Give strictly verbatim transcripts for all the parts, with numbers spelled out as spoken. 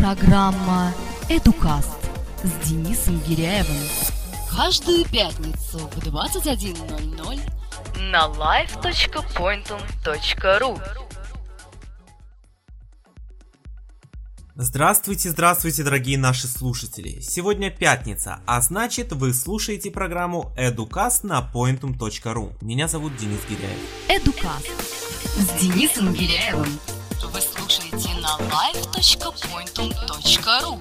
Программа «Эдукаст» с Денисом Гиряевым. Каждую пятницу в двадцать один ноль ноль на лайв точка pointum точка ру. Здравствуйте, здравствуйте, дорогие наши слушатели. Сегодня пятница, а значит, вы слушаете программу «Эдукаст» на pointum точка ру. Меня зовут Денис Гиряев. «Эдукаст» с Денисом Гиряевым. Вы слушаете на лайв точка pointum точка ру.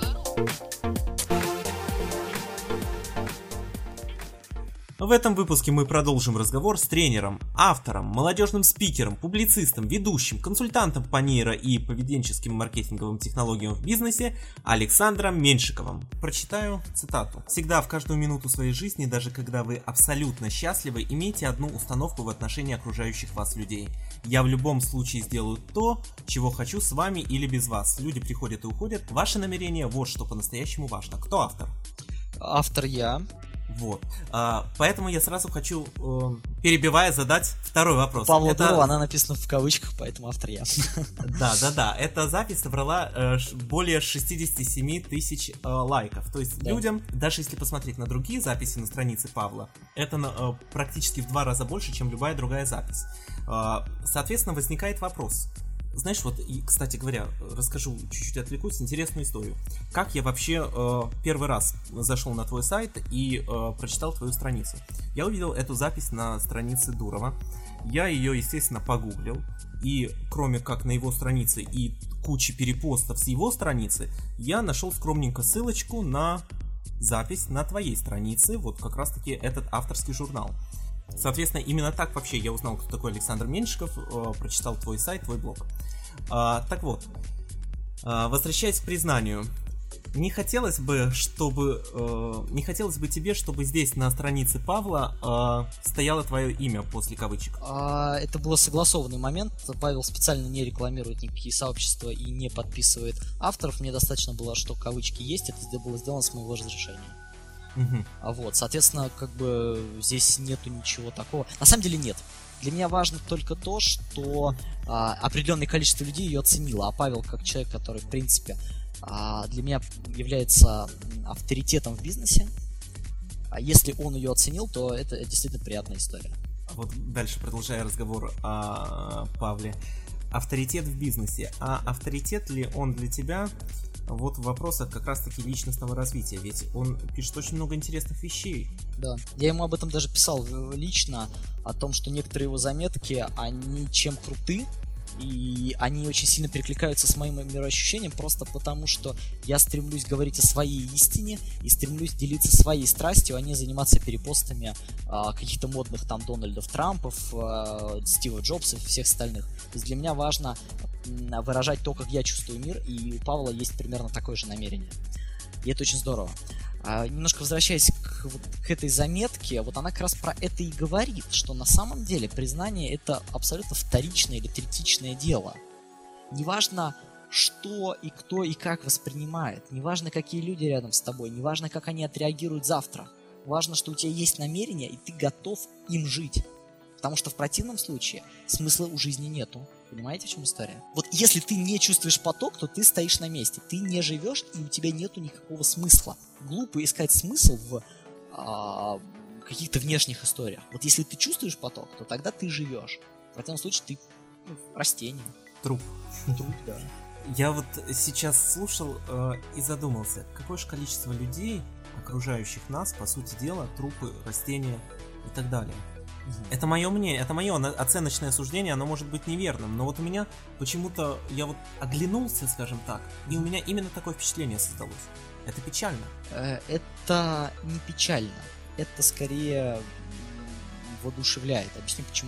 В этом выпуске мы продолжим разговор с тренером, автором, молодежным спикером, публицистом, ведущим, консультантом по нейро- и поведенческим маркетинговым технологиям в бизнесе Александром Меньшиковым. Прочитаю цитату. «Всегда, в каждую минуту своей жизни, даже когда вы абсолютно счастливы, имейте одну установку в отношении окружающих вас людей. Я в любом случае сделаю то, чего хочу с вами или без вас. Люди приходят и уходят. Ваше намерение — вот что по-настоящему важно». Кто автор? Автор я. Вот. А, поэтому я сразу хочу, э, перебивая, задать второй вопрос. Павла Это... Дурова, она написана в кавычках, поэтому автор я. Да, да, да. Эта запись собрала э, более шестьдесят семь тысяч э, лайков. То есть да. Людям, даже если посмотреть на другие записи на странице Павла, это э, практически в два раза больше, чем любая другая запись. Э, соответственно, возникает вопрос. Знаешь, вот, и, кстати говоря, расскажу, чуть-чуть отвлекусь, интересную историю. Как я вообще э, первый раз зашел на твой сайт и э, прочитал твою страницу. Я увидел эту запись на странице Дурова. Я ее, естественно, погуглил. И кроме как на его странице и кучи перепостов с его страницы, я нашел скромненько ссылочку на запись на твоей странице. Вот как раз-таки этот авторский журнал. Соответственно, именно так вообще я узнал, кто такой Александр Меньшиков, э, прочитал твой сайт, твой блог. А, так вот, а, возвращаясь к признанию, не хотелось бы, чтобы, э, не хотелось бы тебе, чтобы здесь на странице Павла э, стояло твое имя после кавычек. А, это был согласованный момент. Павел специально не рекламирует никакие сообщества и не подписывает авторов. Мне достаточно было, что кавычки есть. Это было сделано с моего разрешения. Угу. А вот, соответственно, как бы здесь нету ничего такого. На самом деле нет. Для меня важно только то, что а, определенное количество людей ее оценило. А Павел, как человек, который, в принципе, а, для меня является авторитетом в бизнесе, а если он ее оценил, то это действительно приятная история. Вот дальше, продолжая разговор о Павле. Авторитет в бизнесе. А авторитет ли он для тебя? Вот в вопросах как раз-таки личностного развития, ведь он пишет очень много интересных вещей. Да, я ему об этом даже писал лично, о том, что некоторые его заметки, они чем круты, и они очень сильно перекликаются с моим мироощущением, просто потому что я стремлюсь говорить о своей истине и стремлюсь делиться своей страстью, а не заниматься перепостами а, каких-то модных там Дональдов Трампов, а, Стива Джобсов и всех остальных. То есть для меня важно выражать то, как я чувствую мир, и у Павла есть примерно такое же намерение. И это очень здорово. А, немножко возвращаясь к, вот, к этой заметке, вот она как раз про это и говорит, что на самом деле признание — это абсолютно вторичное или третичное дело. Неважно, что и кто и как воспринимает, неважно, какие люди рядом с тобой, неважно, как они отреагируют завтра. Важно, что у тебя есть намерение, и ты готов им жить. Потому что в противном случае смысла у жизни нету. Понимаете, в чем история? Вот если ты не чувствуешь поток, то ты стоишь на месте. Ты не живешь, и у тебя нету никакого смысла. Глупо искать смысл в а, каких-то внешних историях. Вот если ты чувствуешь поток, то тогда ты живешь. В противном случае ты ну, растение. Труп. Труп, да. Я вот сейчас слушал э, и задумался, какое же количество людей, окружающих нас, по сути дела, трупы, растения и так далее. Это мое мнение, это мое оценочное суждение, оно может быть неверным, но вот у меня почему-то, я вот оглянулся, скажем так, и у меня именно такое впечатление создалось. Это печально. Это не печально, это скорее воодушевляет. Объясню почему.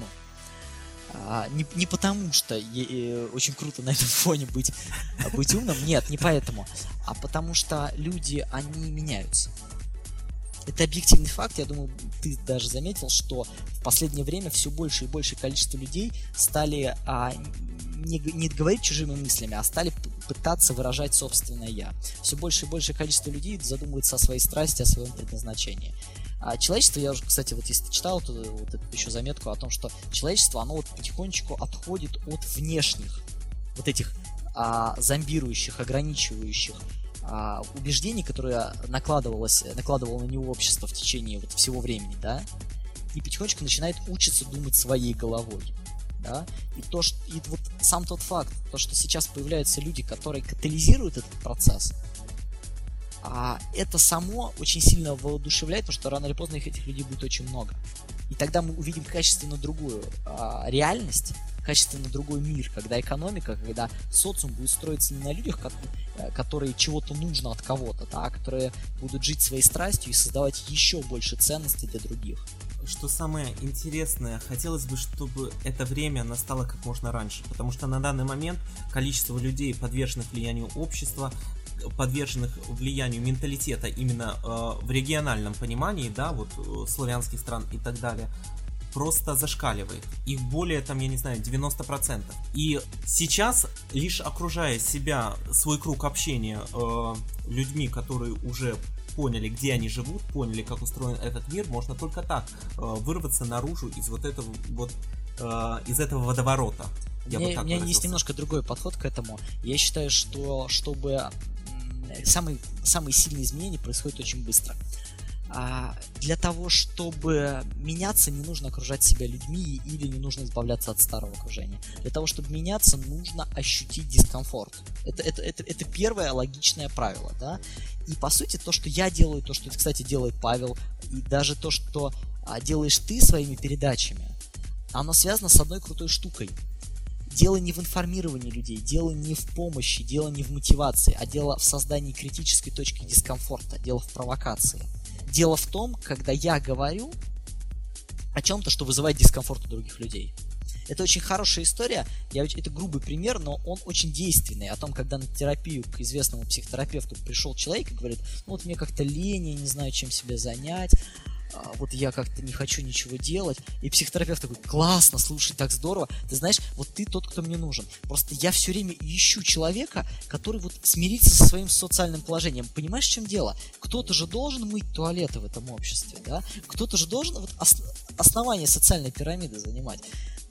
Не, не потому, что очень круто на этом фоне быть, быть умным, нет, не поэтому, а потому что люди, они меняются. Это объективный факт, я думаю, ты даже заметил, что в последнее время все больше и больше количество людей стали а, не, не говорить чужими мыслями, а стали пытаться выражать собственное «я». Все больше и больше количество людей задумывается о своей страсти, о своем предназначении. А человечество, я уже, кстати, вот если ты читал то, вот эту еще заметку о том, что человечество, оно вот потихонечку отходит от внешних вот этих а, зомбирующих, ограничивающих а, убеждений, которые накладывалось, накладывало на него общество в течение вот всего времени, да, и потихонечку начинает учиться думать своей головой. Да? И, то, что, и вот сам тот факт, то, что сейчас появляются люди, которые катализируют этот процесс, а это само очень сильно воодушевляет, потому что рано или поздно их, этих людей будет очень много. И тогда мы увидим качественно другую а, реальность, качественно другой мир, когда экономика, когда социум будет строиться не на людях, как, которые чего-то нужно от кого-то, да, а которые будут жить своей страстью и создавать еще больше ценностей для других. Что самое интересное, хотелось бы, чтобы это время настало как можно раньше, потому что на данный момент количество людей, подверженных влиянию общества, подверженных влиянию менталитета именно э, в региональном понимании, да, вот э, славянских стран и так далее, просто зашкаливает. Их более, там, я не знаю, девяносто процентов. И сейчас, лишь окружая себя, свой круг общения э, людьми, которые уже поняли, где они живут, поняли, как устроен этот мир, можно только так э, вырваться наружу из вот этого вот э, из этого водоворота. Я мне, у меня есть немножко другой подход к этому. Я считаю, что чтобы самые, самые сильные изменения происходят очень быстро. А для того, чтобы меняться, не нужно окружать себя людьми или не нужно избавляться от старого окружения. Для того, чтобы меняться, нужно ощутить дискомфорт. Это, это, это, это первое логичное правило, да? И по сути, то, что я делаю, то, что, кстати, делает Павел, и даже то, что а, делаешь ты своими передачами, оно связано с одной крутой штукой. Дело не в информировании людей, дело не в помощи, дело не в мотивации, а дело в создании критической точки дискомфорта, дело в провокации. Дело в том, когда я говорю о чем-то, что вызывает дискомфорт у других людей. Это очень хорошая история, я, это грубый пример, но он очень действенный. О том, когда на терапию к известному психотерапевту пришел человек и говорит: ну вот мне как-то лень, я не знаю, чем себя занять, вот я как-то не хочу ничего делать. И психотерапевт такой: классно, слушай, так здорово. Ты знаешь, вот ты тот, кто мне нужен. Просто я все время ищу человека, который вот смирится со своим социальным положением. Понимаешь, в чем дело? Кто-то же должен мыть туалеты в этом обществе, да? Кто-то же должен вот ос- основание социальной пирамиды занимать.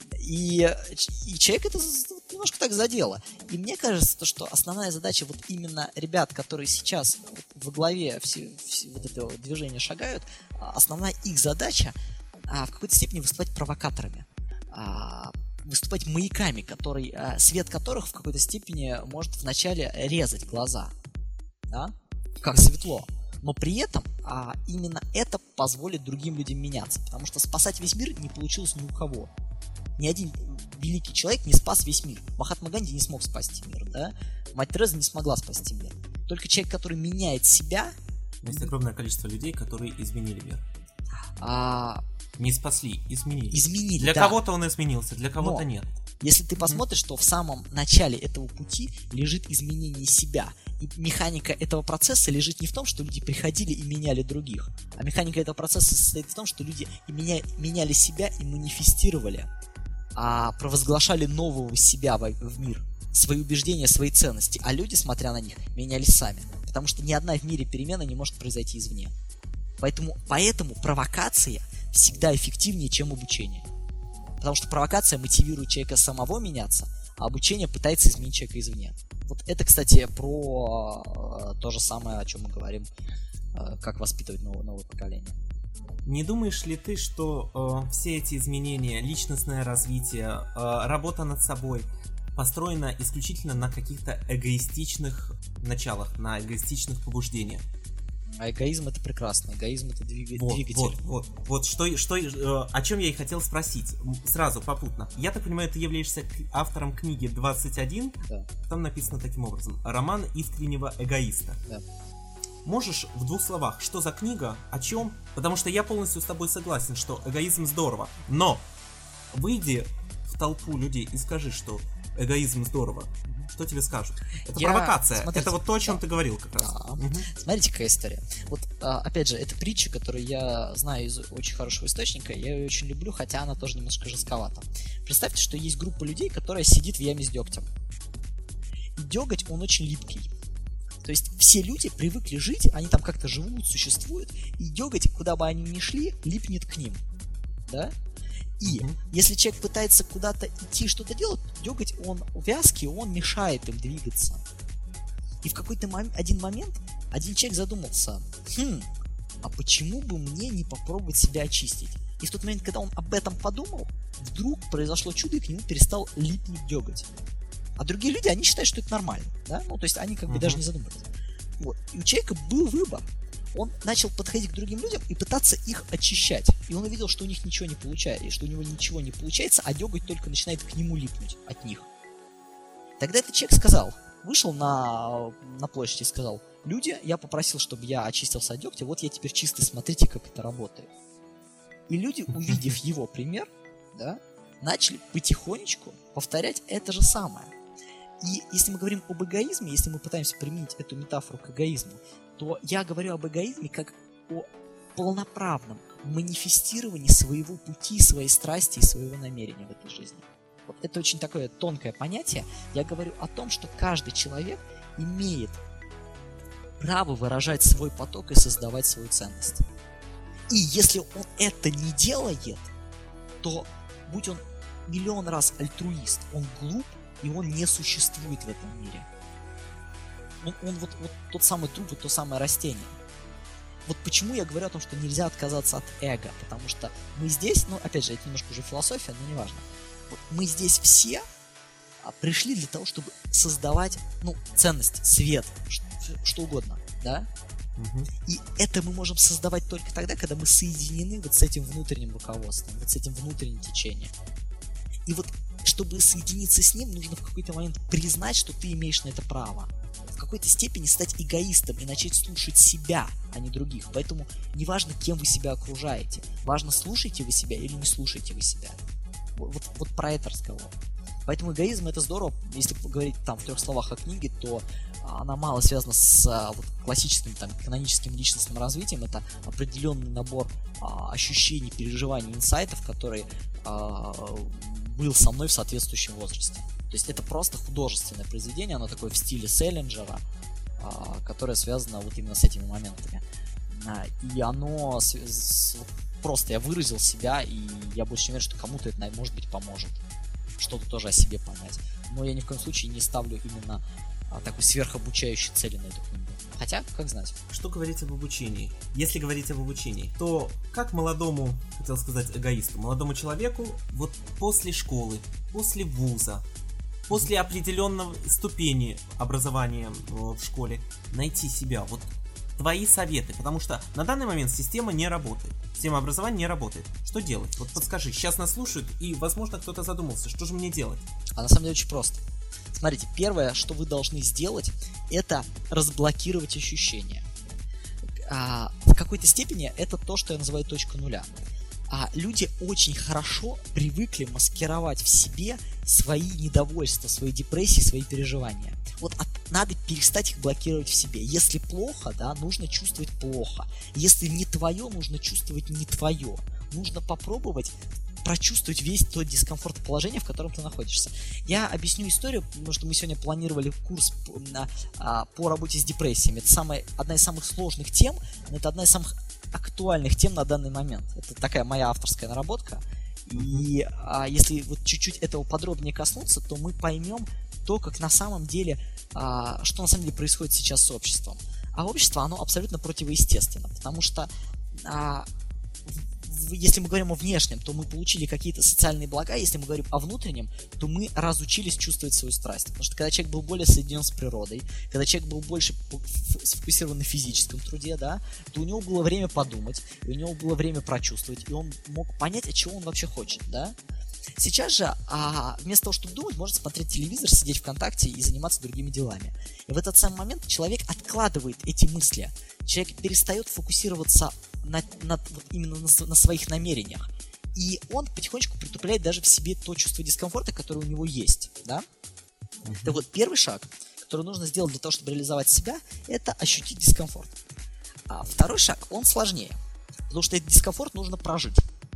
И, и человек это немножко так задело. И мне кажется, то, что основная задача вот именно ребят, которые сейчас вот во главе все, все вот этого движения шагают, основная их задача а, в какой-то степени выступать провокаторами, а, выступать маяками, который, а, свет которых в какой-то степени может вначале резать глаза, да? Как светло. Но при этом а, именно это позволит другим людям меняться, потому что спасать весь мир не получилось ни у кого. Ни один великий человек не спас весь мир. Махатма Ганди не смог спасти мир, да? Мать Тереза не смогла спасти мир. Только человек, который меняет себя... Есть огромное количество людей, которые изменили мир. А... Не спасли, изменили. Изменили, Для да. кого-то он изменился, для кого-то Но, нет. Если ты посмотришь, mm-hmm. то в самом начале этого пути лежит изменение себя. И механика этого процесса лежит не в том, что люди приходили и меняли других, а механика этого процесса состоит в том, что люди и меня, меняли себя и манифестировали, а провозглашали нового себя в, в мир, свои убеждения, свои ценности, а люди, смотря на них, менялись сами. Потому что ни одна в мире перемена не может произойти извне. Поэтому, поэтому провокация всегда эффективнее, чем обучение. Потому что провокация мотивирует человека самого меняться, а обучение пытается изменить человека извне. Вот это, кстати, про э, то же самое, о чем мы говорим, э, как воспитывать новое, новое поколение. Не думаешь ли ты, что э, все эти изменения, личностное развитие, э, работа над собой построена исключительно на каких-то эгоистичных началах, на эгоистичных побуждениях? А эгоизм — это прекрасно, эгоизм — это двиг... вот, двигатель. Вот, вот, вот, что, что, э, о чем я и хотел спросить, сразу, попутно. Я так понимаю, ты являешься автором книги двадцать один, да. Там написано таким образом: роман искреннего эгоиста. Да. Можешь в двух словах, что за книга, о чем? Потому что я полностью с тобой согласен, что эгоизм здорово, но выйди в толпу людей и скажи, что эгоизм здорово. Что тебе скажут? Это я... провокация. Смотрите, это вот то, о чем да. ты говорил как раз. Да. Угу. Смотрите, какая история. Вот, опять же, это притча, которую я знаю из очень хорошего источника. Я ее очень люблю, хотя она тоже немножко жестковата. Представьте, что есть группа людей, которая сидит в яме с дегтем. И деготь, он очень липкий. То есть все люди привыкли жить, они там как-то живут, существуют, и деготь, куда бы они ни шли, липнет к ним. Да? И mm-hmm. если человек пытается куда-то идти, что-то делать, дергать он вязкий, он мешает им двигаться. И в какой-то мом- один момент один человек задумался, хм, а почему бы мне не попробовать себя очистить? И в тот момент, когда он об этом подумал, вдруг произошло чудо, и к нему перестал липнуть деготь. А другие люди, они считают, что это нормально, да? Ну, то есть они как бы uh-huh. даже не задумывались. Вот. И у человека был выбор. Он начал подходить к другим людям и пытаться их очищать. И он увидел, что у них ничего не получается, и что у него ничего не получается, а деготь только начинает к нему липнуть от них. Тогда этот человек сказал, вышел на, на площадь и сказал, люди, я попросил, чтобы я очистился от дегтя, вот я теперь чистый, смотрите, как это работает. И люди, увидев его пример, да, начали потихонечку повторять это же самое. И если мы говорим об эгоизме, если мы пытаемся применить эту метафору к эгоизму, то я говорю об эгоизме как о полноправном манифестировании своего пути, своей страсти и своего намерения в этой жизни. Вот это очень такое тонкое понятие. Я говорю о том, что каждый человек имеет право выражать свой поток и создавать свою ценность. И если он это не делает, то, будь он миллион раз альтруист, он глуп, и он не существует в этом мире. Он, он вот, вот тот самый труп, вот то самое растение. Вот почему я говорю о том, что нельзя отказаться от эго, потому что мы здесь, ну, опять же, это немножко уже философия, но неважно. Вот мы здесь все пришли для того, чтобы создавать, ну, ценность, свет, что, что угодно, да? Угу. И это мы можем создавать только тогда, когда мы соединены вот с этим внутренним руководством, вот с этим внутренним течением. И вот, чтобы соединиться с ним, нужно в какой-то момент признать, что ты имеешь на это право. В какой-то степени стать эгоистом и начать слушать себя, а не других. Поэтому неважно, кем вы себя окружаете. Важно, слушаете вы себя или не слушаете вы себя. Вот, вот, вот про это разговор. Поэтому эгоизм — это здорово. Если говорить там в трех словах о книге, то она мало связана с вот, классическим там, каноническим личностным развитием. Это определенный набор а, ощущений, переживаний, инсайтов, который а, был со мной в соответствующем возрасте. То есть это просто художественное произведение, оно такое в стиле Селлинджера, а, которое связано вот именно с этими моментами. А, и оно с, с, просто я выразил себя, и я больше уверен, что кому-то это, может быть, поможет что-то тоже о себе понять. Но я ни в коем случае не ставлю именно а, такой сверхобучающей цели на эту книгу. Хотя, как знать. Что говорить об обучении? Если говорить об обучении, то как молодому, хотел сказать эгоисту, молодому человеку, вот после школы, после вуза, после определенной ступени образования в школе найти себя? Вот твои советы, потому что на данный момент система не работает. Система образования не работает. Что делать? Вот подскажи, сейчас нас слушают, и, возможно, кто-то задумался, что же мне делать? А на самом деле очень просто. Смотрите, первое, что вы должны сделать, это разблокировать ощущения. А, в какой-то степени это то, что я называю точка нуля. А люди очень хорошо привыкли маскировать в себе свои недовольства, свои депрессии, свои переживания. Вот от, надо перестать их блокировать в себе. Если плохо, да, нужно чувствовать плохо. Если не твое, нужно чувствовать не твое. Нужно попробовать прочувствовать весь тот дискомфорт положения, в котором ты находишься. Я объясню историю, потому что мы сегодня планировали курс по, на, а, по работе с депрессиями. Это самая, одна из самых сложных тем, но это одна из самых актуальных тем на данный момент. Это такая моя авторская наработка. И а, если вот чуть-чуть этого подробнее коснуться, то мы поймем то, как на самом деле, а, что на самом деле происходит сейчас с обществом. А общество, оно абсолютно противоестественно, потому что а, в, если мы говорим о внешнем, то мы получили какие-то социальные блага, если мы говорим о внутреннем, то мы разучились чувствовать свою страсть. Потому что когда человек был более соединен с природой, когда человек был больше сфокусирован на физическом труде, да, то у него было время подумать, и у него было время прочувствовать, и он мог понять, от чего он вообще хочет, да. Сейчас же, а, вместо того, чтобы думать, можно смотреть телевизор, сидеть ВКонтакте и заниматься другими делами. И в этот самый момент человек откладывает эти мысли. Человек перестает фокусироваться на, на, вот именно на, на своих намерениях. И он потихонечку притупляет даже в себе то чувство дискомфорта, которое у него есть. Да? Mm-hmm. Так вот, первый шаг, который нужно сделать для того, чтобы реализовать себя, это ощутить дискомфорт. А второй шаг, он сложнее. Потому что этот дискомфорт нужно прожить.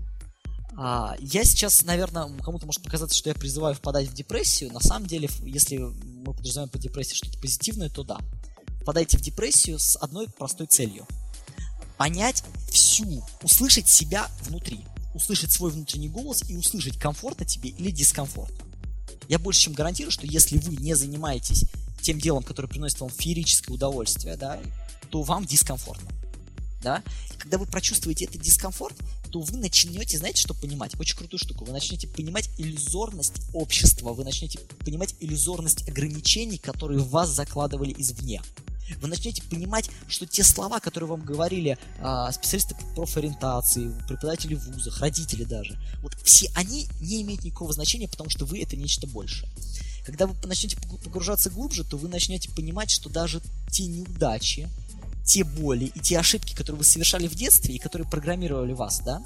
А, я сейчас, наверное, кому-то может показаться, что я призываю впадать в депрессию. На самом деле, если мы подразумеваем по депрессии что-то позитивное, то да. Впадайте в депрессию с одной простой целью. Понять всю, услышать себя внутри. услышать свой внутренний голос и услышать, комфортно тебе или дискомфортно. Я больше чем гарантирую, что если вы не занимаетесь тем делом, которое приносит вам феерическое удовольствие, да, то вам дискомфортно. Да? И когда вы прочувствуете этот дискомфорт, то вы начнете, знаете, что понимать? Очень крутую штуку. Вы начнете понимать иллюзорность общества, вы начнете понимать иллюзорность ограничений, которые в вас закладывали извне. Вы начнете понимать, что те слова, которые вам говорили а, специалисты по профориентации, преподаватели в вузах, родители даже, вот все они не имеют никакого значения, потому что вы — это нечто большее. Когда вы начнете погружаться глубже, то вы начнете понимать, что даже те неудачи, те боли и те ошибки, которые вы совершали в детстве и которые программировали вас, да,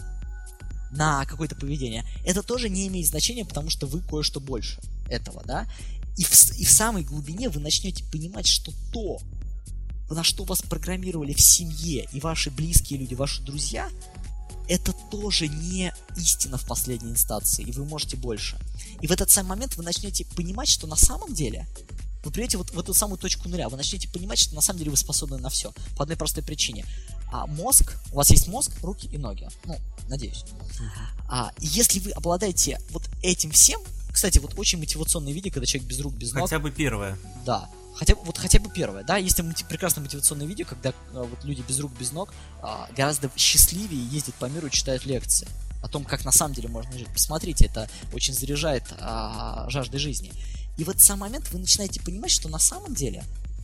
на какое-то поведение, это тоже не имеет значения, потому что вы кое-что больше этого, да. И в, и в самой глубине вы начнете понимать, что то, на что вас программировали в семье и ваши близкие люди, ваши друзья, это тоже не истина в последней инстанции, и вы можете больше. И в этот самый момент вы начнете понимать, что на самом деле вы придете вот в эту самую точку нуля, вы начнете понимать, что на самом деле вы способны на все. По одной простой причине. А мозг, у вас есть мозг, руки и ноги. Ну, надеюсь. Uh-huh. А если вы обладаете вот этим всем, кстати, вот очень мотивационное видео, когда человек без рук, без ног. Хотя бы первое. Да. Хотя, вот хотя бы первое, да, есть там прекрасное мотивационное видео, когда а, вот люди без рук, без ног а, гораздо счастливее ездят по миру и читают лекции о том, как на самом деле можно жить. Посмотрите, это очень заряжает а, жаждой жизни. И в этот самый момент вы начинаете понимать, что на самом деле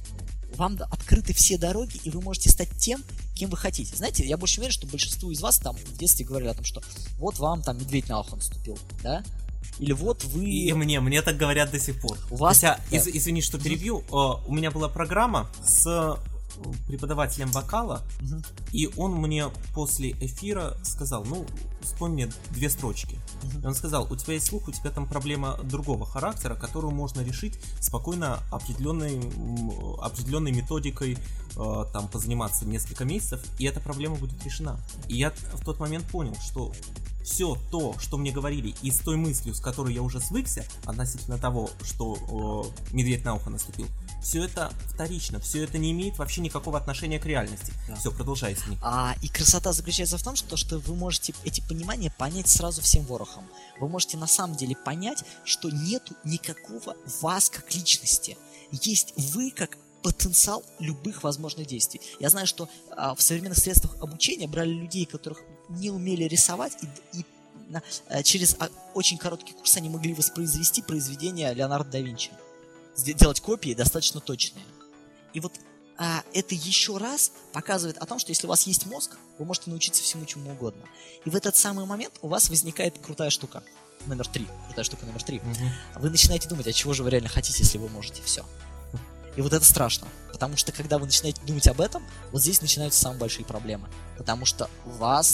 вам открыты все дороги, и вы можете стать тем, кем вы хотите. Знаете, я больше уверен, что большинству из вас там в детстве говорили о том, что вот вам там медведь на ухо наступил, да? Или вот вы... И мне, мне так говорят до сих пор. У вас... Хотя, да. из, извини, что перебью, uh-huh. у меня была программа с преподавателем вокала, uh-huh. и он мне после эфира сказал, ну, вспомни мне две строчки. Uh-huh. И он сказал, у тебя есть слух, у тебя там проблема другого характера, которую можно решить спокойно определенной, определенной методикой, э, там, позаниматься несколько месяцев, и эта проблема будет решена. И я в тот момент понял, что все то, что мне говорили, и с той мыслью, с которой я уже свыкся, относительно того, что э, медведь на ухо наступил, все это вторично, все это не имеет вообще никакого отношения к реальности. Да. Все, продолжай, Сни. А, и красота заключается в том, что, что вы можете эти понимания понять сразу всем ворохом. Вы можете на самом деле понять, что нету никакого вас как личности. Есть вы как потенциал любых возможных действий. Я знаю, что а, в современных средствах обучения брали людей, которых не умели рисовать, и, и на, а, через а, очень короткий курс они могли воспроизвести произведение Леонардо да Винчи. Делать копии достаточно точные. И вот а, это еще раз показывает о том, что если у вас есть мозг, вы можете научиться всему чему угодно. И в этот самый момент у вас возникает крутая штука. Номер три. Крутая штука номер три. Угу. Вы начинаете думать, а чего же вы реально хотите, если вы можете все. И вот это страшно, потому что когда вы начинаете думать об этом, вот здесь начинаются самые большие проблемы, потому что вас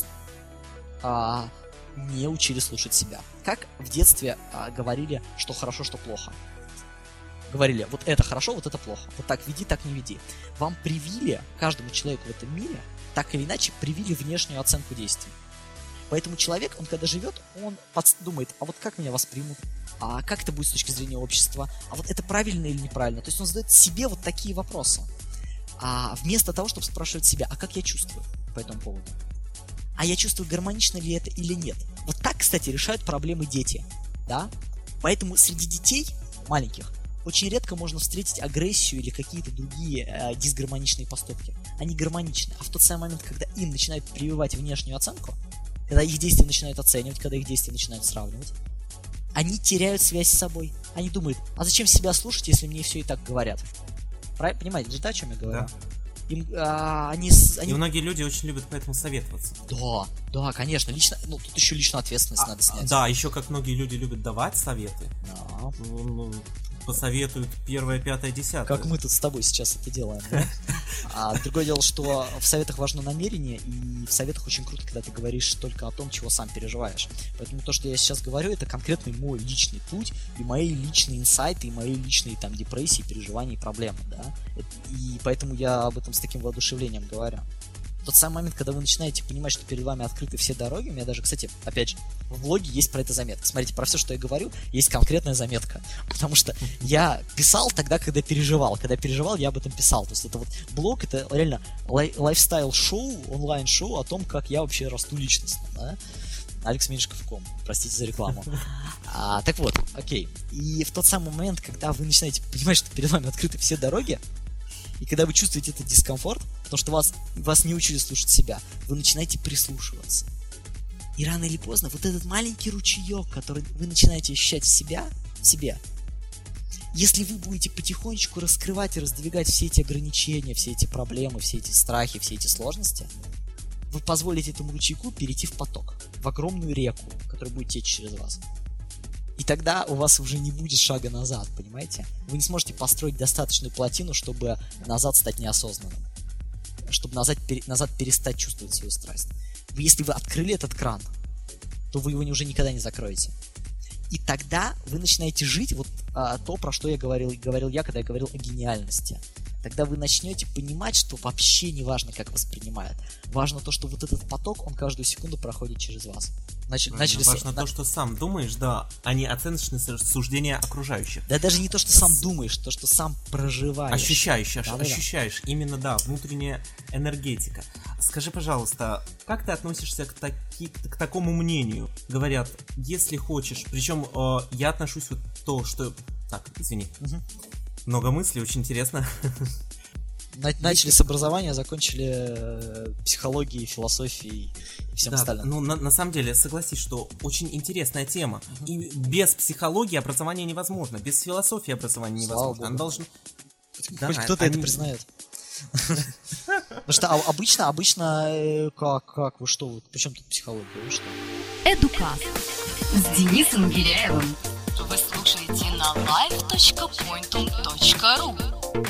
а, не учили слушать себя. Как в детстве а, говорили, что хорошо, что плохо. Говорили, вот это хорошо, вот это плохо, вот так веди, так не веди. Вам привили, каждому человеку в этом мире, так или иначе привили внешнюю оценку действий. Поэтому человек, он когда живет, он думает, а вот как меня воспримут, а как это будет с точки зрения общества, а вот это правильно или неправильно. То есть он задает себе вот такие вопросы, а вместо того, чтобы спрашивать себя, а как я чувствую по этому поводу, а я чувствую, гармонично ли это или нет. Вот так, кстати, решают проблемы дети, да? Поэтому среди детей маленьких очень редко можно встретить агрессию или какие-то другие э, дисгармоничные поступки. Они гармоничны, а в тот самый момент, когда им начинают прививать внешнюю оценку, когда их действия начинают оценивать, когда их действия начинают сравнивать, они теряют связь с собой. Они думают, а зачем себя слушать, если мне все и так говорят? Правильно? Понимаете, же, да, о чем я говорю? Да. Им, а, они, они... И многие люди очень любят поэтому советоваться. Да, да, конечно. Лично, ну, тут еще личную ответственность а, надо снять. Да, еще как многие люди любят давать советы. Да. Ну, посоветуют первое, пятое, десятое. Как мы тут с тобой сейчас это делаем, да? А другое дело, что в советах важно намерение, и в советах очень круто, когда ты говоришь только о том, чего сам переживаешь. Поэтому то, что я сейчас говорю, это конкретный мой личный путь, и мои личные инсайты, и мои личные там депрессии, переживания и проблемы, да? И поэтому я об этом с таким воодушевлением говорю. Тот самый момент, когда вы начинаете понимать, что перед вами открыты все дороги, у меня даже, кстати, опять же, в блоге есть про это заметка. Смотрите, про все, что я говорю, есть конкретная заметка. Потому что я писал тогда, когда переживал. Когда переживал, я об этом писал. То есть это вот блог, это реально лай- лайфстайл-шоу, онлайн-шоу о том, как я вообще расту личностно. Да? алекс меньшиков точка ком. Простите за рекламу. А, так вот, окей. И в тот самый момент, когда вы начинаете понимать, что перед вами открыты все дороги, и когда вы чувствуете этот дискомфорт, потому что вас, вас не учили слушать себя, вы начинаете прислушиваться. И рано или поздно вот этот маленький ручеек, который вы начинаете ощущать в себя, в себе, если вы будете потихонечку раскрывать и раздвигать все эти ограничения, все эти проблемы, все эти страхи, все эти сложности, вы позволите этому ручейку перейти в поток, в огромную реку, которая будет течь через вас. И тогда у вас уже не будет шага назад, понимаете? Вы не сможете построить достаточную плотину, чтобы назад стать неосознанным, чтобы назад, пере, назад перестать чувствовать свою страсть. Вы, если вы открыли этот кран, то вы его уже никогда не закроете. И тогда вы начинаете жить вот а, то, про что я говорил, говорил я, когда я говорил о гениальности. Тогда вы начнете понимать, что вообще не важно, как воспринимают. Важно то, что вот этот поток, он каждую секунду проходит через вас. Начали, важно начали важно с... то, что сам думаешь, да, а не оценочные суждения окружающих. Да даже не то, что сам думаешь, то, что сам проживаешь. Ощущаешь, да, ощущаешь, да. Именно, да, внутренняя энергетика. Скажи, пожалуйста, как ты относишься к, таки, к такому мнению? Говорят, если хочешь, причем э, я отношусь вот то, что... Так, извини. Угу. Много мыслей, очень интересно. Начали с образования, закончили э, психологией, философией и всем да, остальным. Ну, на, на самом деле, согласись, что очень интересная тема. Uh-huh. И без психологии образование невозможно, без философии образование невозможно. Она должна... Да, хоть кто-то они... это признает. Потому что обычно, обычно, как, как, вы что, причем тут психология, вы что? Эдукаст с Денисом Гиряевым. Вы слушаете на лайв точка пойнтум точка ру.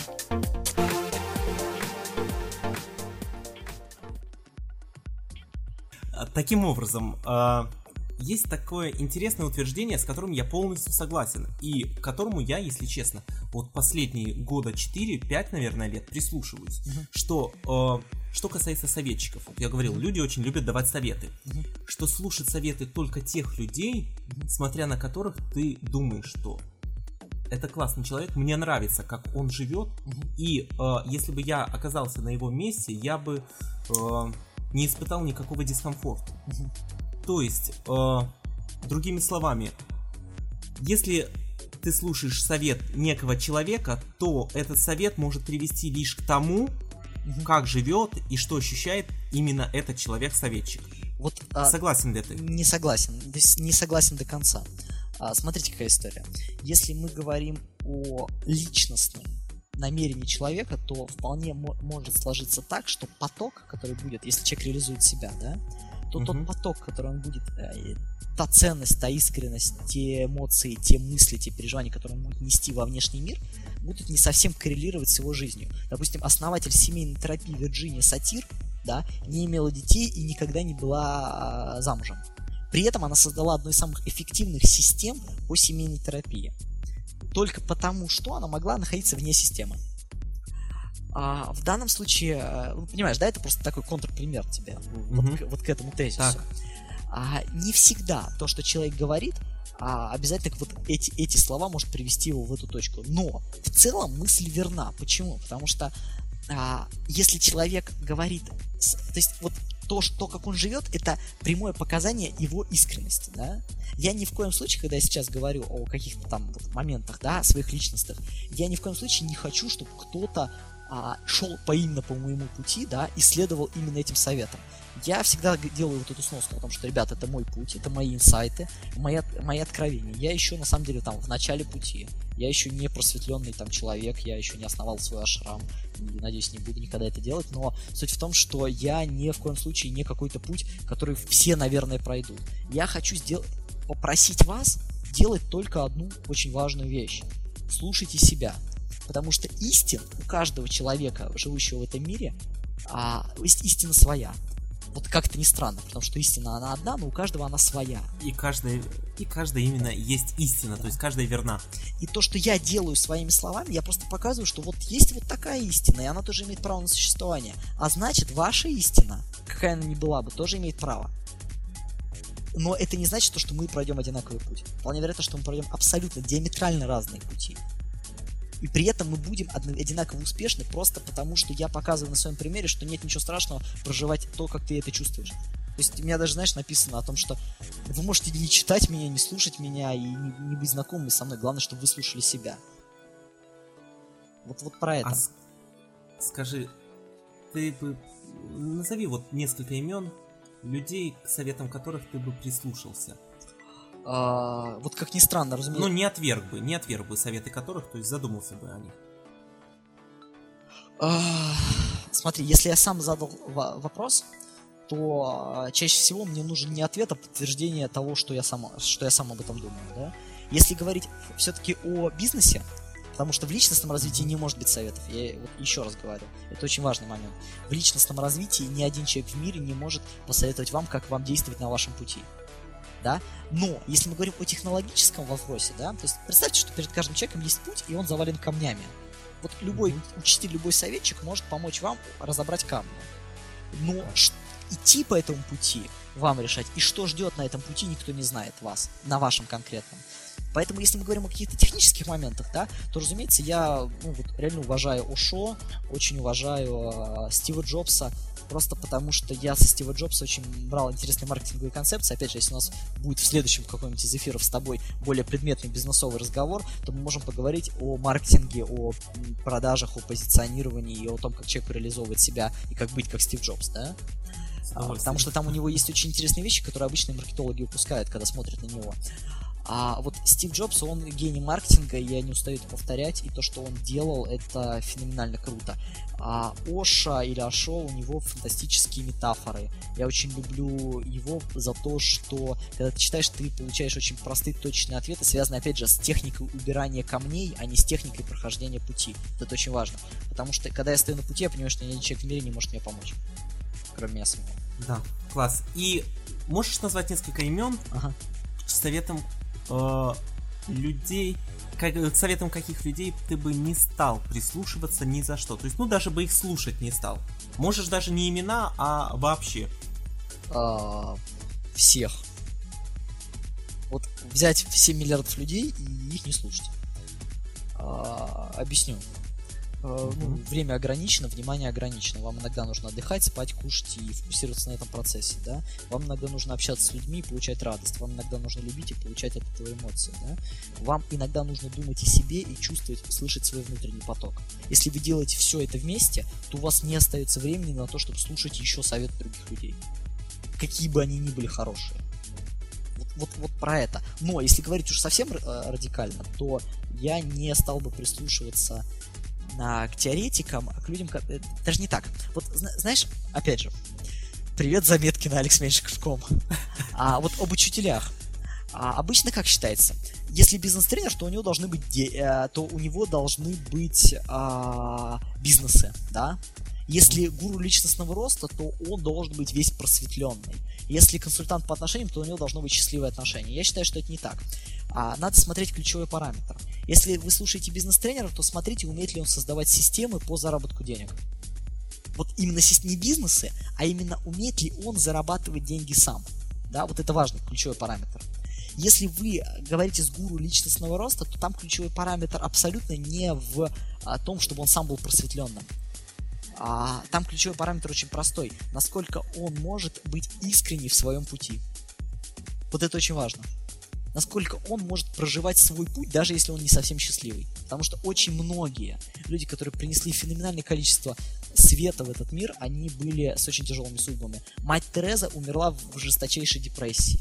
Таким образом, есть такое интересное утверждение, с которым я полностью согласен, и к которому я, если честно, вот последние года четыре-пять, наверное, лет прислушиваюсь, uh-huh. что, что касается советчиков, вот я говорил, uh-huh. люди очень любят давать советы, uh-huh. что слушать советы только тех людей, uh-huh. смотря на которых ты думаешь, что это классный человек, мне нравится, как он живет, uh-huh. и если бы я оказался на его месте, я бы... не испытал никакого дискомфорта. Uh-huh. То есть, э, другими словами, если ты слушаешь совет некого человека, то этот совет может привести лишь к тому, uh-huh. как живет и что ощущает именно этот человек-советчик. Вот, согласен ли ты? Не согласен. То есть не согласен до конца. А, смотрите, какая история. Если мы говорим о личностном намерение человека, то вполне мо- может сложиться так, что поток, который будет, если человек реализует себя, да, то uh-huh. тот поток, который он будет, э, та ценность, та искренность, те эмоции, те мысли, те переживания, которые он будет нести во внешний мир, будут не совсем коррелировать с его жизнью. Допустим, основатель семейной терапии Вирджиния Сатир, да, не имела детей и никогда не была э, замужем. При этом она создала одну из самых эффективных систем по семейной терапии. Только потому, что она могла находиться вне системы. А в данном случае, ну, понимаешь, да, это просто такой контрпример тебе, mm-hmm. вот, вот к этому тезису. А, не всегда то, что человек говорит, а, обязательно вот эти, эти слова может привести его в эту точку. Но в целом мысль верна. Почему? Потому что а, если человек говорит, то есть вот то, что, как он живет, это прямое показание его искренности, да. Я ни в коем случае, когда я сейчас говорю о каких-то там вот моментах, да, своих личностях, я ни в коем случае не хочу, чтобы кто-то а, шел по именно по моему пути, да, и следовал именно этим советам. Я всегда делаю вот эту сноску о том, что, ребята, это мой путь, это мои инсайты, мои, мои откровения. Я еще, на самом деле, там, в начале пути. Я еще не просветленный там человек, я еще не основал свой ашрам. И, надеюсь, не буду никогда это делать. Но суть в том, что я ни в коем случае не какой-то путь, который все, наверное, пройдут. Я хочу сделать, попросить вас делать только одну очень важную вещь. Слушайте себя. Потому что истин у каждого человека, живущего в этом мире, а, есть истина своя. Вот как-то не странно, потому что истина, она одна, но у каждого она своя. И каждая, и каждая именно есть истина, да. То есть каждая верна. И то, что я делаю своими словами, я просто показываю, что вот есть вот такая истина, и она тоже имеет право на существование. А значит, ваша истина, какая она ни была бы, тоже имеет право. Но это не значит, что мы пройдем одинаковый путь. Вполне вероятно, что мы пройдем абсолютно диаметрально разные пути. И при этом мы будем одинаково успешны просто потому, что я показываю на своем примере, что нет ничего страшного проживать то, как ты это чувствуешь. То есть у меня даже, знаешь, написано о том, что вы можете не читать меня, не слушать меня и не, не быть знакомы со мной. Главное, чтобы вы слушали себя. Вот, вот про это. А с- скажи, ты бы назови вот несколько имен людей, к советам которых ты бы прислушался. А, вот как ни странно, разумеется. Ну, не отверг бы, не отверг бы советы которых, то есть задумался бы о них. А, смотри, если я сам задал в- вопрос, то а, чаще всего мне нужен не ответ, а подтверждение того, что я сам, что я сам об этом думаю. Да? Если говорить все-таки о бизнесе, потому что в личностном развитии не может быть советов. Я вот еще раз говорю, это очень важный момент. В личностном развитии ни один человек в мире не может посоветовать вам, как вам действовать на вашем пути. Да? Но если мы говорим о технологическом вопросе, да, то есть представьте, что перед каждым человеком есть путь, и он завален камнями. Вот любой mm-hmm. учитель, любой советчик может помочь вам разобрать камни. Но ш- идти по этому пути вам решать, и что ждет на этом пути, никто не знает вас, на вашем конкретном. Поэтому, если мы говорим о каких-то технических моментах, да, то, разумеется, я ну, вот, реально уважаю Ошо, очень уважаю э, Стива Джобса, просто потому что я со Стива Джобса очень брал интересные маркетинговые концепции. Опять же, если у нас будет в следующем каком-нибудь из эфиров с тобой более предметный бизнесовый разговор, то мы можем поговорить о маркетинге, о продажах, о позиционировании и о том, как человек реализовывает себя и как быть как Стив Джобс, да? А, потому что там у него есть очень интересные вещи, которые обычные маркетологи упускают, когда смотрят на него. А вот Стив Джобс, он гений маркетинга, я не устаю это повторять, и то, что он делал, это феноменально круто. А Оша или Ошо, у него фантастические метафоры. Я очень люблю его за то, что когда ты читаешь, ты получаешь очень простые, точные ответы, связанные, опять же, с техникой убирания камней, а не с техникой прохождения пути. Это очень важно. Потому что, когда я стою на пути, я понимаю, что ни один человек в мире не может мне помочь. Кроме меня самого. Да, класс. И можешь назвать несколько имен ага. с советом э, людей, как, советом каких людей ты бы не стал прислушиваться ни за что? То есть, ну, даже бы их слушать не стал. Можешь даже не имена, а вообще. А, всех. Вот взять все миллиардов людей и их не слушать. А, объясню. Uh, ну, время ограничено, внимание ограничено. Вам иногда нужно отдыхать, спать, кушать и фокусироваться на этом процессе, да? Вам иногда нужно общаться с людьми и получать радость. Вам иногда нужно любить и получать от этого эмоции, да? Вам иногда нужно думать о себе и чувствовать, слышать свой внутренний поток. Если вы делаете все это вместе, то у вас не остается времени на то, чтобы слушать еще советы других людей. Какие бы они ни были хорошие. Вот, вот, вот про это. Но если говорить уж совсем радикально, то я не стал бы прислушиваться к теоретикам, а к людям, даже не так. Вот, знаешь, опять же, привет, заметки на алекс меньшиков точка ком. А вот об учителях. А, обычно как считается? Если бизнес-тренер, то у него должны быть, де... то у него должны быть а, бизнесы, да? Если гуру личностного роста, то он должен быть весь просветленный. Если консультант по отношениям, то у него должно быть счастливое отношение. Я считаю, что это не так. А, надо смотреть ключевой параметр. Если вы слушаете бизнес-тренера, то смотрите, умеет ли он создавать системы по заработку денег. Вот именно не бизнесы, а именно умеет ли он зарабатывать деньги сам. Да, вот это важный ключевой параметр. Если вы говорите с гуру личностного роста, то там ключевой параметр абсолютно не в а, том, чтобы он сам был просветленным. А, там ключевой параметр очень простой. Насколько он может быть искренне в своем пути. Вот это очень важно. Насколько он может проживать свой путь, даже если он не совсем счастливый. Потому что очень многие люди, которые принесли феноменальное количество света в этот мир, они были с очень тяжелыми судьбами. Мать Тереза умерла в жесточайшей депрессии.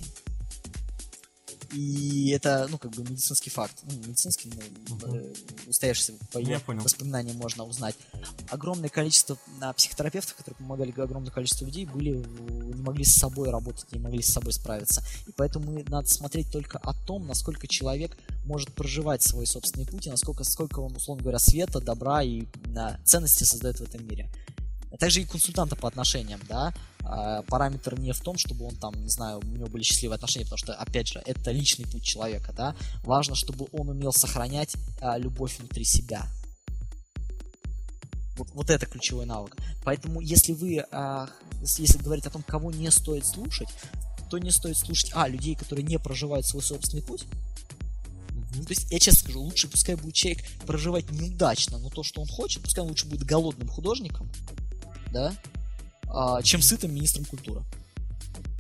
И это, ну, как бы медицинский факт. Ну, медицинский, ну, uh-huh. устоявшийся по ее воспоминаниям можно узнать. Огромное количество а, психотерапевтов, которые помогали огромному количеству людей, были, не могли с собой работать, не могли с собой справиться. И поэтому надо смотреть только о том, насколько человек может проживать свой собственный путь, и насколько сколько он, условно говоря, света, добра и а, ценности создает в этом мире. А также и консультанта по отношениям, да, а, параметр не в том, чтобы он там, не знаю, у него были счастливые отношения, потому что, опять же, это личный путь человека, да, важно, чтобы он умел сохранять а, любовь внутри себя. Вот, вот это ключевой навык. Поэтому, если вы, а, если говорить о том, кого не стоит слушать, то не стоит слушать, а, людей, которые не проживают свой собственный путь. То есть, я честно скажу, лучше пускай будет человек проживать неудачно, но то, что он хочет, пускай он лучше будет голодным художником, да, а, чем сытым министром культуры.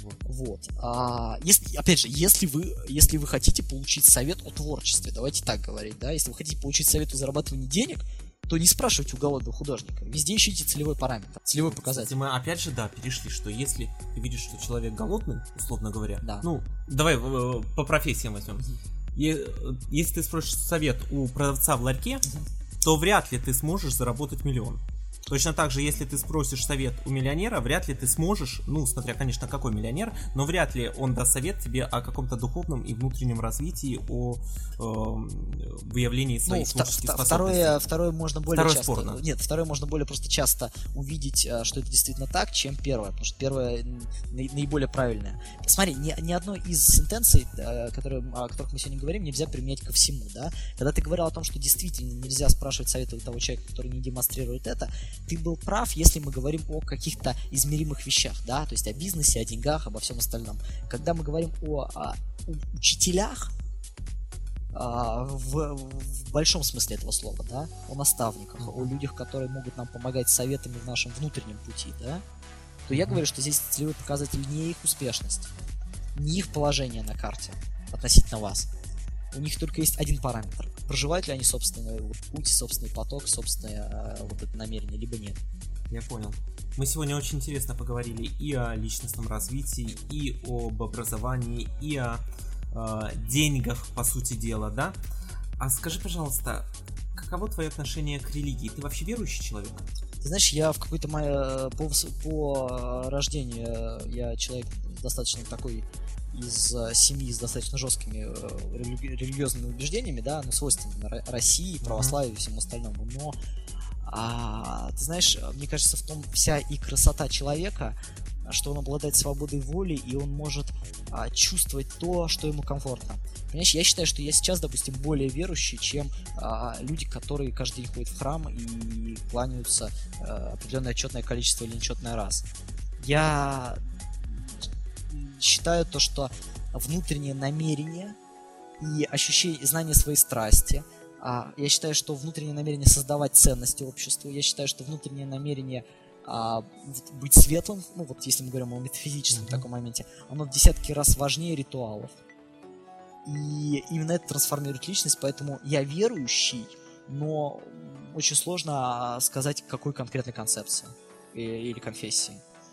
Вот. Вот. А, если, опять же, если вы, если вы хотите получить совет о творчестве, давайте так говорить, да, если вы хотите получить совет о зарабатывании денег, то не спрашивайте у голодного художника. Везде ищите целевой параметр, целевой показатель. Кстати, мы опять же, да, перешли, что если ты видишь, что человек голодный, условно говоря, да. ну, давай э, по профессиям возьмем. Е- если ты спросишь совет у продавца в ларьке, mm-hmm. то вряд ли ты сможешь заработать миллион. Точно так же, если ты спросишь совет у миллионера, вряд ли ты сможешь, ну, смотря, конечно, какой миллионер, но вряд ли он даст совет тебе о каком-то духовном и внутреннем развитии, о э, выявлении своих ну, творческих вта- способностей. Второе, второе можно более второе часто... спорно. Нет, второе можно более просто часто увидеть, что это действительно так, чем первое, потому что первое наиболее правильное. Смотри, ни, ни одной из сентенций, которые, о которых мы сегодня говорим, нельзя применять ко всему, да? Когда ты говорил о том, что действительно нельзя спрашивать советы у того человека, который не демонстрирует это, ты был прав, если мы говорим о каких-то измеримых вещах, да, то есть о бизнесе, о деньгах, обо всем остальном. Когда мы говорим о, о учителях, а, в, в большом смысле этого слова, да, о наставниках, о людях, которые могут нам помогать советами в нашем внутреннем пути, да, то я говорю, что здесь целевой показатель не их успешность, не их положение на карте относительно вас. У них только есть один параметр. Проживают ли они собственный вот, путь, собственный поток, собственное э, вот это намерение, либо нет. Я понял. Мы сегодня очень интересно поговорили и о личностном развитии, и об образовании, и о э, деньгах, по сути дела, да? А скажи, пожалуйста, каково твое отношение к религии? Ты вообще верующий человек? Ты знаешь, я в какой-то моей... По, по рождению я человек достаточно такой... из семьи с достаточно жесткими религи- религиозными убеждениями, да, ну, свойственными России, православию и всему остальному. Но, а, ты знаешь, мне кажется, в том вся и красота человека, что он обладает свободой воли, и он может а, чувствовать то, что ему комфортно. Понимаешь, я считаю, что я сейчас, допустим, более верующий, чем а, люди, которые каждый день ходят в храм и кланяются а, определенное четное количество или нечетное раз. Я... считаю то, что внутреннее намерение и ощущение, знание своей страсти, а, я считаю, что внутреннее намерение создавать ценности обществу, я считаю, что внутреннее намерение а, быть светлым, ну вот если мы говорим о метафизическом mm-hmm. таком моменте, оно в десятки раз важнее ритуалов. И именно это трансформирует личность, поэтому я верующий, но очень сложно сказать, какой конкретной концепции или конфессии.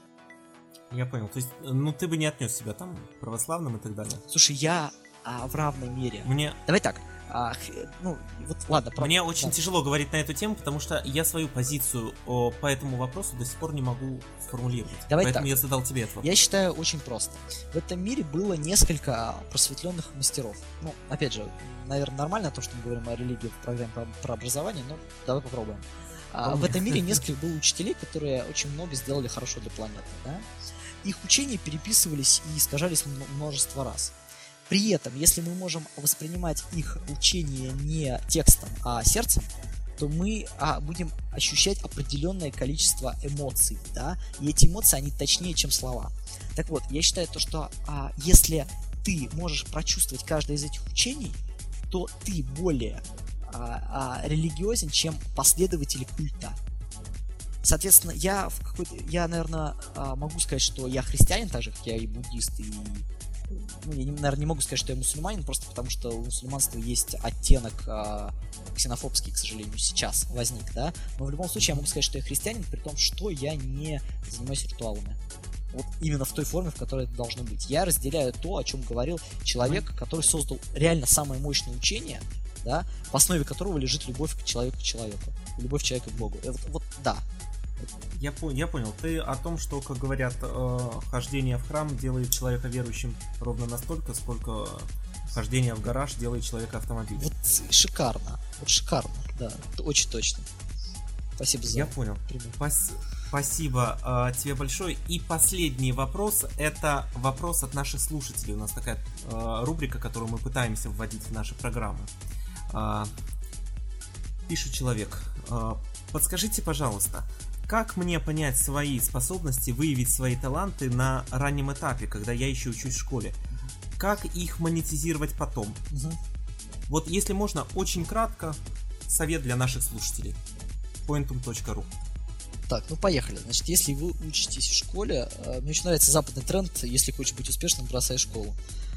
Я понял. То есть, ну ты бы не отнес себя там православным и так далее. Слушай, я а, в равной мере. Мне... Давай так. А, ну, вот ладно. Про... Мне очень да. тяжело говорить на эту тему, потому что я свою позицию о, по этому вопросу до сих пор не могу сформулировать. Давай Поэтому так. я задал тебе этот вопрос. Я считаю очень просто. В этом мире было несколько просветленных мастеров. Ну, опять же, наверное, нормально то, что мы говорим о религии в программе про, про образование, но давай попробуем. А, в этом мире несколько было учителей, которые очень много сделали хорошо для планеты, да? Их учения переписывались и искажались множество раз. При этом, если мы можем воспринимать их учение не текстом, а сердцем, то мы а, будем ощущать определенное количество эмоций, да, и эти эмоции, они точнее, чем слова. Так вот, я считаю то, что а, если ты можешь прочувствовать каждое из этих учений, то ты более а, а, религиозен, чем последователи культа. Соответственно, я в какой-то, я, наверное, могу сказать, что я христианин, так же, как я и буддист, и, ну, я, наверное, не могу сказать, что я мусульманин, просто потому что у мусульманства есть оттенок а, ксенофобский, к сожалению, сейчас возник, да, но в любом случае я могу сказать, что я христианин, при том, что я не занимаюсь ритуалами. Вот именно в той форме, в которой это должно быть. Я разделяю то, о чем говорил человек, который создал реально самое мощное учение, да, в основе которого лежит любовь к человеку к человеку, любовь человека к Богу. Вот, вот да. Я, по- я понял. Ты о том, что, как говорят, э, хождение в храм делает человека верующим ровно настолько, сколько хождение в гараж делает человека автомобилем. Вот шикарно. Вот шикарно, да. Очень точно. Спасибо за Я понял. Пас- спасибо э, тебе большое. И последний вопрос. Это вопрос от наших слушателей. У нас такая э, рубрика, которую мы пытаемся вводить в наши программы. Э, пишет человек. Э, подскажите, пожалуйста, как мне понять свои способности, выявить свои таланты на раннем этапе, когда я еще учусь в школе? Как их монетизировать потом? Угу. Вот если можно, очень кратко, совет для наших слушателей. Pointum точка ру. Так, ну поехали. Значит, если вы учитесь в школе, мне очень нравится западный тренд, если хочешь быть успешным, бросай школу.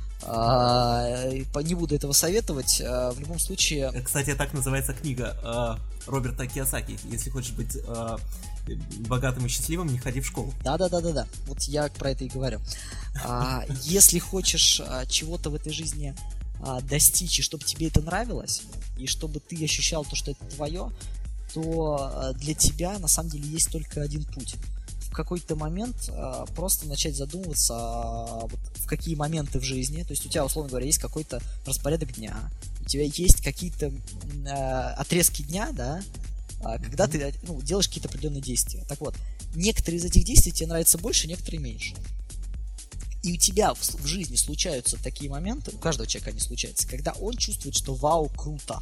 А, не буду этого советовать. А, в любом случае... Кстати, так называется книга а, Роберта Кийосаки. Если хочешь быть а, богатым и счастливым, не ходи в школу. Да-да-да-да-да. Вот я про это и говорю. А, если хочешь а, чего-то в этой жизни а, достичь, и чтобы тебе это нравилось, и чтобы ты ощущал то, что это твое, то для тебя на самом деле есть только один путь. В какой-то момент а, просто начать задумываться, а, вот, в какие моменты в жизни, то есть у тебя, условно говоря, есть какой-то распорядок дня, у тебя есть какие-то а, отрезки дня, да, а, когда ты ну, делаешь какие-то определенные действия. Так вот, некоторые из этих действий тебе нравятся больше, некоторые меньше. И у тебя в, в жизни случаются такие моменты, у каждого человека они случаются, когда он чувствует, что вау, круто.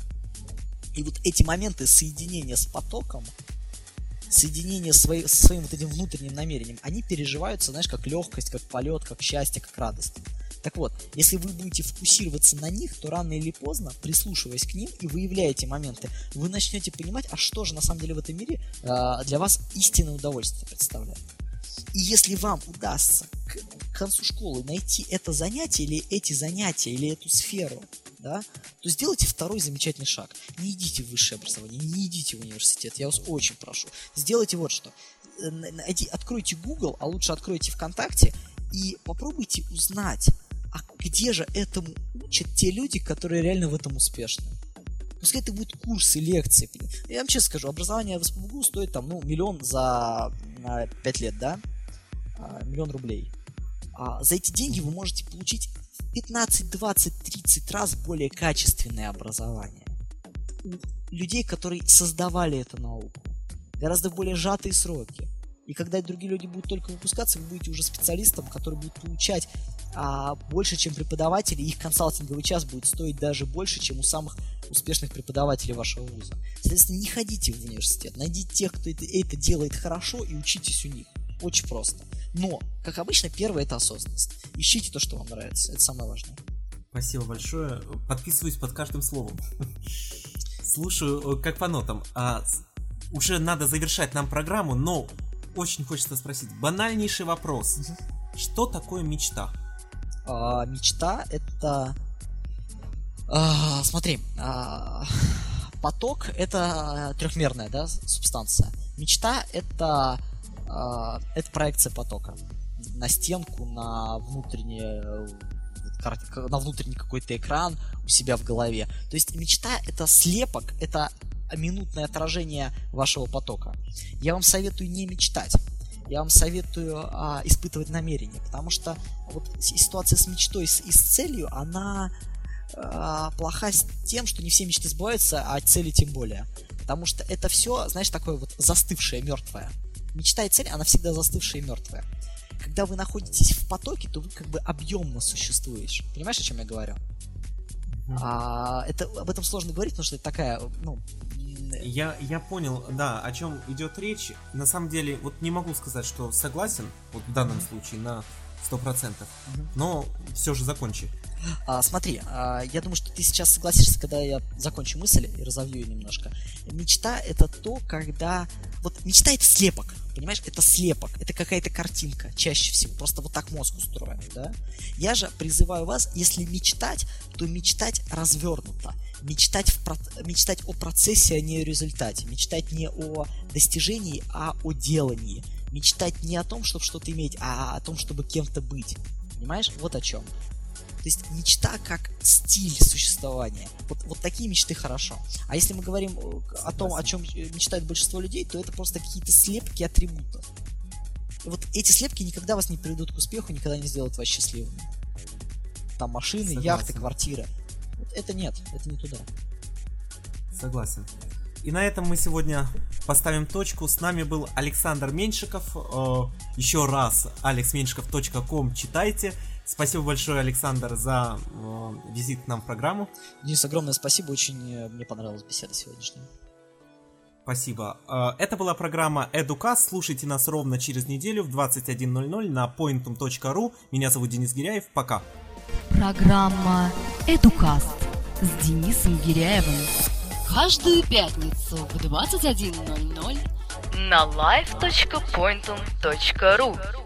И вот эти моменты соединения с потоком, соединения свои, со своим вот этим внутренним намерением, они переживаются, знаешь, как легкость, как полет, как счастье, как радость. Так вот, если вы будете фокусироваться на них, то рано или поздно, прислушиваясь к ним и выявляя эти моменты, вы начнете понимать, а что же на самом деле в этом мире э, для вас истинное удовольствие представляет. И если вам удастся к, к концу школы найти это занятие или эти занятия, или эту сферу, да, то сделайте второй замечательный шаг. Не идите в высшее образование, не идите в университет, я вас очень прошу. Сделайте вот что. Откройте Google, а лучше откройте ВКонтакте и попробуйте узнать, а где же этому учат те люди, которые реально в этом успешны. Пускай это будут курсы, лекции. Я вам честно скажу, образование в СПбГУ стоит там, ну, миллион за пять лет, да? Миллион рублей. А за эти деньги вы можете получить пятнадцать, двадцать, тридцать раз более качественное образование. У людей, которые создавали эту науку. Гораздо более сжатые сроки. И когда другие люди будут только выпускаться, вы будете уже специалистом, который будет получать а, больше, чем преподаватели. Их консалтинговый час будет стоить даже больше, чем у самых успешных преподавателей вашего вуза. Соответственно, не ходите в университет. Найдите тех, кто это, это делает хорошо, и учитесь у них. Очень просто. Но, как обычно, первое — это осознанность. Ищите то, что вам нравится. Это самое важное. Спасибо большое. Подписываюсь под каждым словом. Слушаю как по нотам. А, уже надо завершать нам программу, но очень хочется спросить. Банальнейший вопрос. Угу. Что такое мечта? А, мечта — это... А, смотри. А, поток — это трехмерная, да, субстанция. Мечта — это... это проекция потока на стенку, на внутренний, на внутренний какой-то экран у себя в голове. То есть мечта — это слепок, это минутное отражение вашего потока. Я вам советую не мечтать. Я вам советую а, испытывать намерения, потому что вот ситуация с мечтой и с, и с целью, она а, плоха с тем, что не все мечты сбываются, а цели тем более. Потому что это все, знаешь, такое вот застывшее, мертвое. Мечта и цель, она всегда застывшая и мертвая. Когда вы находитесь в потоке, то вы как бы объемно существуешь. Понимаешь, о чем я говорю? Mm-hmm. А, это, об этом сложно говорить, потому что это такая, ну... Я, я понял, да, о чем идет речь. На самом деле, вот не могу сказать, что согласен, вот в данном mm-hmm. случае, на сто процентов, mm-hmm. но все же закончи. А, смотри, а, я думаю, что ты сейчас согласишься, когда я закончу мысль и разовью ее немножко. Мечта — это то, когда... Вот мечта — это слепок, понимаешь? Это слепок, это какая-то картинка, чаще всего. Просто вот так мозг устроен, да? Я же призываю вас, если мечтать, то мечтать развернуто. Мечтать, в про... мечтать о процессе, а не о результате. Мечтать не о достижении, а о делании. Мечтать не о том, чтобы что-то иметь, а о том, чтобы кем-то быть. Понимаешь? Вот о чем. То есть мечта как стиль существования. Вот, вот такие мечты хорошо. А если мы говорим о том, о чем мечтает большинство людей, то это просто какие-то слепки атрибутов. И вот эти слепки никогда вас не приведут к успеху, никогда не сделают вас счастливыми. Там машины, Согласен. Яхты, квартиры. Вот это нет, это не туда. Согласен. И на этом мы сегодня поставим точку. С нами был Александр Меньшиков. Еще раз алекс меньшиков точка ком читайте. Спасибо большое, Александр, за э, визит к нам в программу. Денис, огромное спасибо, очень мне понравилась беседа сегодняшняя. Спасибо. Э, это была программа Educast. Слушайте нас ровно через неделю в двадцать один ноль ноль на pointum точка ру. Меня зовут Денис Гиряев. Пока. Программа Educast с Денисом Гиряевым. Каждую пятницу в двадцать один ноль ноль на live точка pointum точка ru.